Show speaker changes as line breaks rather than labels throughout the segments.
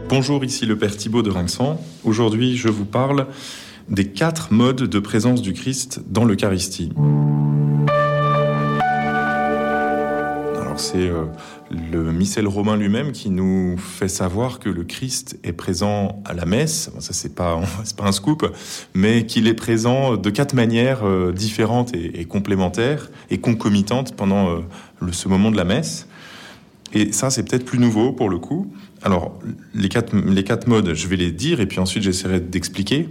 Bonjour, ici le Père Thibaut de Rinxan. Aujourd'hui, je vous parle des 4 modes de présence du Christ dans l'Eucharistie. Alors c'est le missel romain lui-même qui nous fait savoir que le Christ est présent à la messe. Ça c'est pas un scoop, mais qu'il est présent de 4 manières différentes et complémentaires et concomitantes pendant ce moment de la messe. Et ça, c'est peut-être plus nouveau pour le coup. Alors, les quatre modes, je vais les dire et puis ensuite j'essaierai d'expliquer.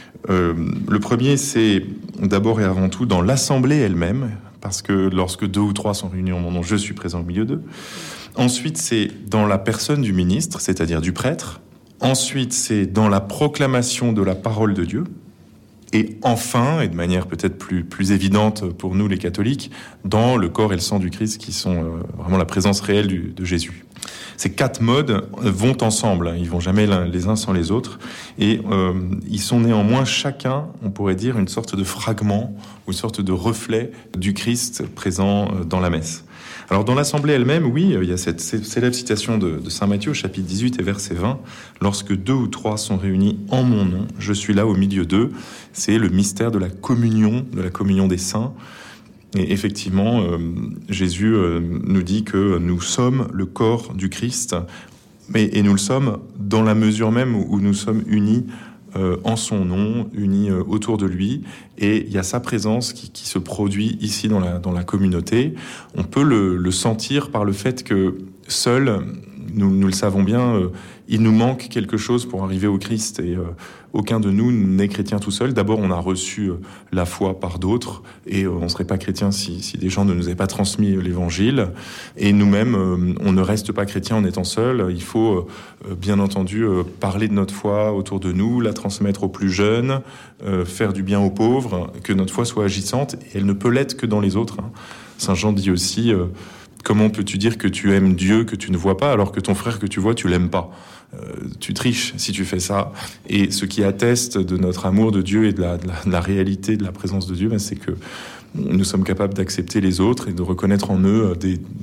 Le premier, c'est d'abord et avant tout dans l'assemblée elle-même, parce que lorsque 2 ou 3 sont réunis en mon nom, je suis présent au milieu d'eux. Ensuite, c'est dans la personne du ministre, c'est-à-dire du prêtre. Ensuite, c'est dans la proclamation de la parole de Dieu. Et enfin, et de manière peut-être plus évidente pour nous les catholiques, dans le corps et le sang du Christ qui sont vraiment la présence réelle de Jésus. Ces 4 modes vont ensemble, ils vont jamais les uns sans les autres, et ils sont néanmoins chacun, on pourrait dire, une sorte de fragment, ou une sorte de reflet du Christ présent dans la messe. Alors dans l'assemblée elle-même, oui, il y a cette célèbre citation de Saint Matthieu, chapitre 18 et verset 20, « Lorsque 2 ou 3 sont réunis en mon nom, je suis là au milieu d'eux ». C'est le mystère de la communion des saints. Et effectivement, Jésus nous dit que nous sommes le corps du Christ, et nous le sommes dans la mesure même où nous sommes unis en son nom, unis autour de lui, et il y a sa présence qui se produit ici dans la communauté. On peut le sentir par le fait que seul, nous le savons bien, il nous manque quelque chose pour arriver au Christ, et aucun de nous n'est chrétien tout seul. D'abord, on a reçu la foi par d'autres, et on ne serait pas chrétien si des gens ne nous avaient pas transmis l'évangile. Et nous-mêmes, on ne reste pas chrétien en étant seul. Il faut, bien entendu, parler de notre foi autour de nous, la transmettre aux plus jeunes, faire du bien aux pauvres, que notre foi soit agissante, et elle ne peut l'être que dans les autres. Saint Jean dit aussi... Comment peux-tu dire que tu aimes Dieu que tu ne vois pas alors que ton frère que tu vois, tu l'aimes pas ? Tu triches si tu fais ça. Et ce qui atteste de notre amour de Dieu et de la réalité de la présence de Dieu, c'est que nous sommes capables d'accepter les autres et de reconnaître en eux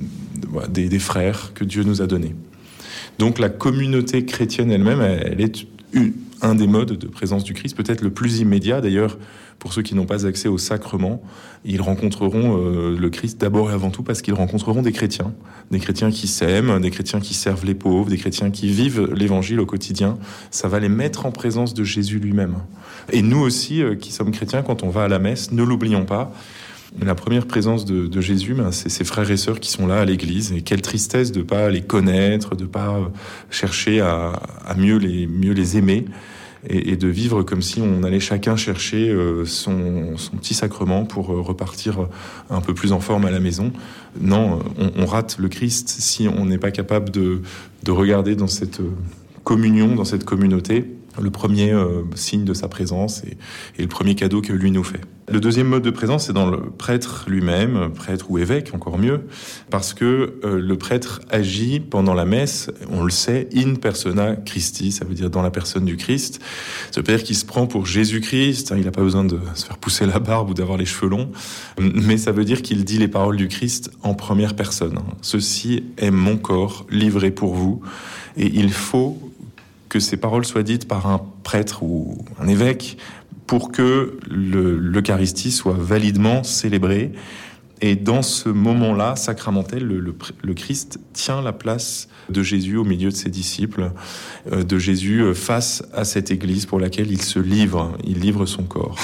des frères que Dieu nous a donnés. Donc la communauté chrétienne elle-même, elle est un des modes de présence du Christ, peut-être le plus immédiat. D'ailleurs, pour ceux qui n'ont pas accès au sacrement, ils rencontreront le Christ d'abord et avant tout parce qu'ils rencontreront des chrétiens qui s'aiment, des chrétiens qui servent les pauvres, des chrétiens qui vivent l'évangile au quotidien. Ça va les mettre en présence de Jésus lui-même. Et nous aussi, qui sommes chrétiens, quand on va à la messe, ne l'oublions pas. La première présence de Jésus, c'est ses frères et sœurs qui sont là à l'église. Et quelle tristesse de pas les connaître, de pas chercher à mieux les aimer. Et de vivre comme si on allait chacun chercher son petit sacrement pour repartir un peu plus en forme à la maison. Non, on rate le Christ si on n'est pas capable de regarder dans cette communion, dans cette communauté, le premier signe de sa présence et le premier cadeau que lui nous fait. Le deuxième mode de présence, c'est dans le prêtre lui-même, prêtre ou évêque, encore mieux, parce que le prêtre agit pendant la messe, on le sait, in persona Christi, ça veut dire dans la personne du Christ. Ça veut dire qu'il se prend pour Jésus-Christ, il n'a pas besoin de se faire pousser la barbe ou d'avoir les cheveux longs, mais ça veut dire qu'il dit les paroles du Christ en première personne. Ceci est mon corps livré pour vous, et il faut que ces paroles soient dites par un prêtre ou un évêque pour que l'Eucharistie soit validement célébrée. Et dans ce moment-là, sacramentel, le Christ tient la place de Jésus au milieu de ses disciples, de Jésus face à cette Église pour laquelle il se livre, il livre son corps.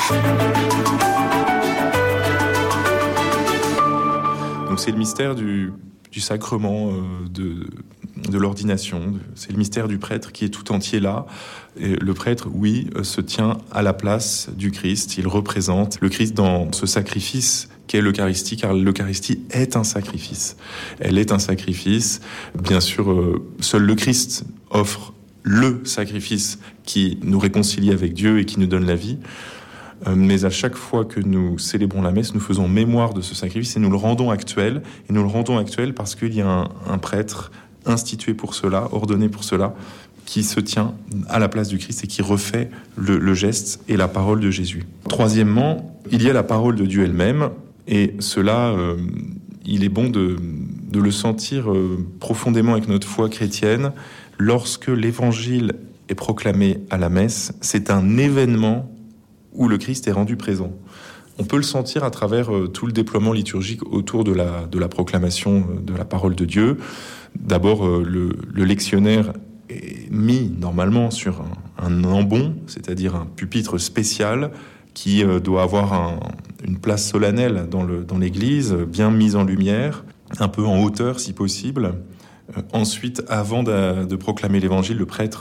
Donc c'est le mystère du sacrement de l'ordination, c'est le mystère du prêtre qui est tout entier là. Et le prêtre, oui, se tient à la place du Christ, il représente le Christ dans ce sacrifice qu'est l'Eucharistie, car l'Eucharistie est un sacrifice. Elle est un sacrifice, bien sûr, seul le Christ offre le sacrifice qui nous réconcilie avec Dieu et qui nous donne la vie. Mais à chaque fois que nous célébrons la messe, nous faisons mémoire de ce sacrifice et nous le rendons actuel. Et nous le rendons actuel parce qu'il y a un prêtre institué pour cela, ordonné pour cela, qui se tient à la place du Christ et qui refait le geste et la parole de Jésus. Troisièmement, il y a la parole de Dieu elle-même. Et cela, il est bon de le sentir profondément avec notre foi chrétienne. lorsque l'évangile est proclamé à la messe, c'est un événement où le Christ est rendu présent. On peut le sentir à travers tout le déploiement liturgique autour de la proclamation de la parole de Dieu. D'abord, le lectionnaire est mis normalement sur un ambon, c'est-à-dire un pupitre spécial qui doit avoir une place solennelle dans l'église, bien mise en lumière, un peu en hauteur si possible. Ensuite, avant de proclamer l'évangile, le prêtre,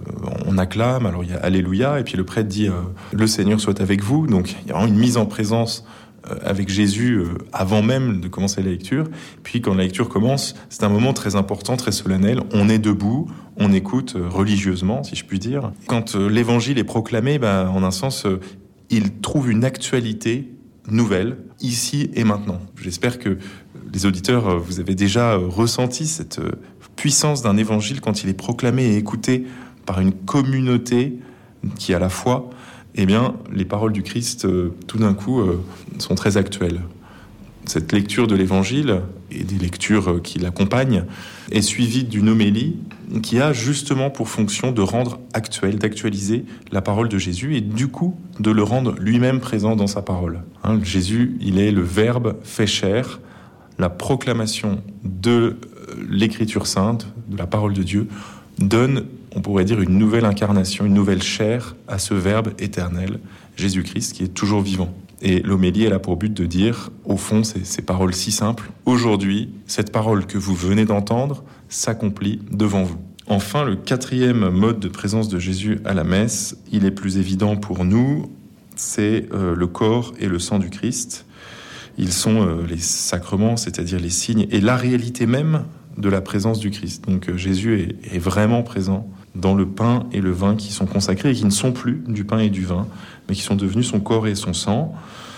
on acclame, alors il y a Alléluia, et puis le prêtre dit « Le Seigneur soit avec vous ». Donc il y a vraiment une mise en présence avec Jésus avant même de commencer la lecture. Puis quand la lecture commence, c'est un moment très important, très solennel. On est debout, on écoute religieusement, si je puis dire. Quand l'évangile est proclamé, en un sens, il trouve une actualité nouvelle, ici et maintenant. J'espère que les auditeurs, vous avez déjà ressenti cette puissance d'un évangile quand il est proclamé et écouté par une communauté qui a la foi. Eh bien, les paroles du Christ, tout d'un coup, sont très actuelles. Cette lecture de l'évangile et des lectures qui l'accompagnent est suivie d'une homélie qui a justement pour fonction de rendre actuelle, d'actualiser la parole de Jésus et du coup de le rendre lui-même présent dans sa parole. Jésus, il est le Verbe fait chair, la proclamation de l'écriture sainte, de la parole de Dieu, donne, on pourrait dire, une nouvelle incarnation, une nouvelle chair à ce Verbe éternel, Jésus-Christ, qui est toujours vivant. Et l'homélie, elle a pour but de dire, au fond, ces paroles si simples, aujourd'hui, cette parole que vous venez d'entendre s'accomplit devant vous. Enfin, le quatrième mode de présence de Jésus à la messe, il est plus évident pour nous, c'est le corps et le sang du Christ. Ils sont les sacrements, c'est-à-dire les signes, et la réalité même de la présence du Christ. Donc Jésus est vraiment présent dans le pain et le vin qui sont consacrés et qui ne sont plus du pain et du vin, mais qui sont devenus son corps et son sang.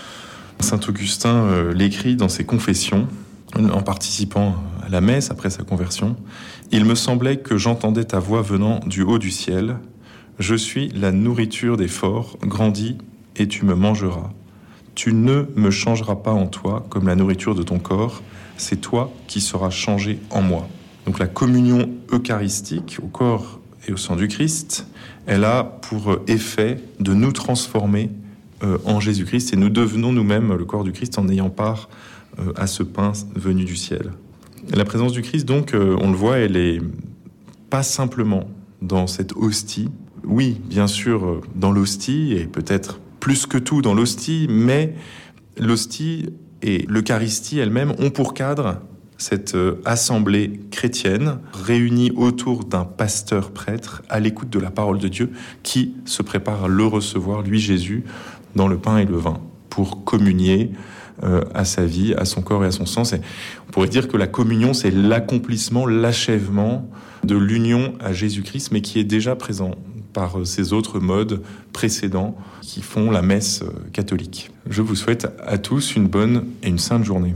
Saint Augustin l'écrit dans ses confessions, en participant à la messe après sa conversion. « Il me semblait que j'entendais ta voix venant du haut du ciel. Je suis la nourriture des forts, grandis et tu me mangeras. Tu ne me changeras pas en toi comme la nourriture de ton corps, c'est toi qui seras changé en moi. » Donc la communion eucharistique au corps et au sang du Christ, elle a pour effet de nous transformer en Jésus-Christ et nous devenons nous-mêmes le corps du Christ en ayant part à ce pain venu du ciel. Et la présence du Christ, donc, on le voit, elle est pas simplement dans cette hostie. Oui, bien sûr, dans l'hostie, et peut-être plus que tout dans l'hostie, mais l'hostie et l'Eucharistie elle-même ont pour cadre cette assemblée chrétienne réunie autour d'un pasteur prêtre à l'écoute de la parole de Dieu qui se prépare à le recevoir, lui Jésus, dans le pain et le vin, pour communier à sa vie, à son corps et à son sang. On pourrait dire que la communion, c'est l'accomplissement, l'achèvement de l'union à Jésus-Christ, mais qui est déjà présent par ces autres modes précédents qui font la messe catholique. Je vous souhaite à tous une bonne et une sainte journée.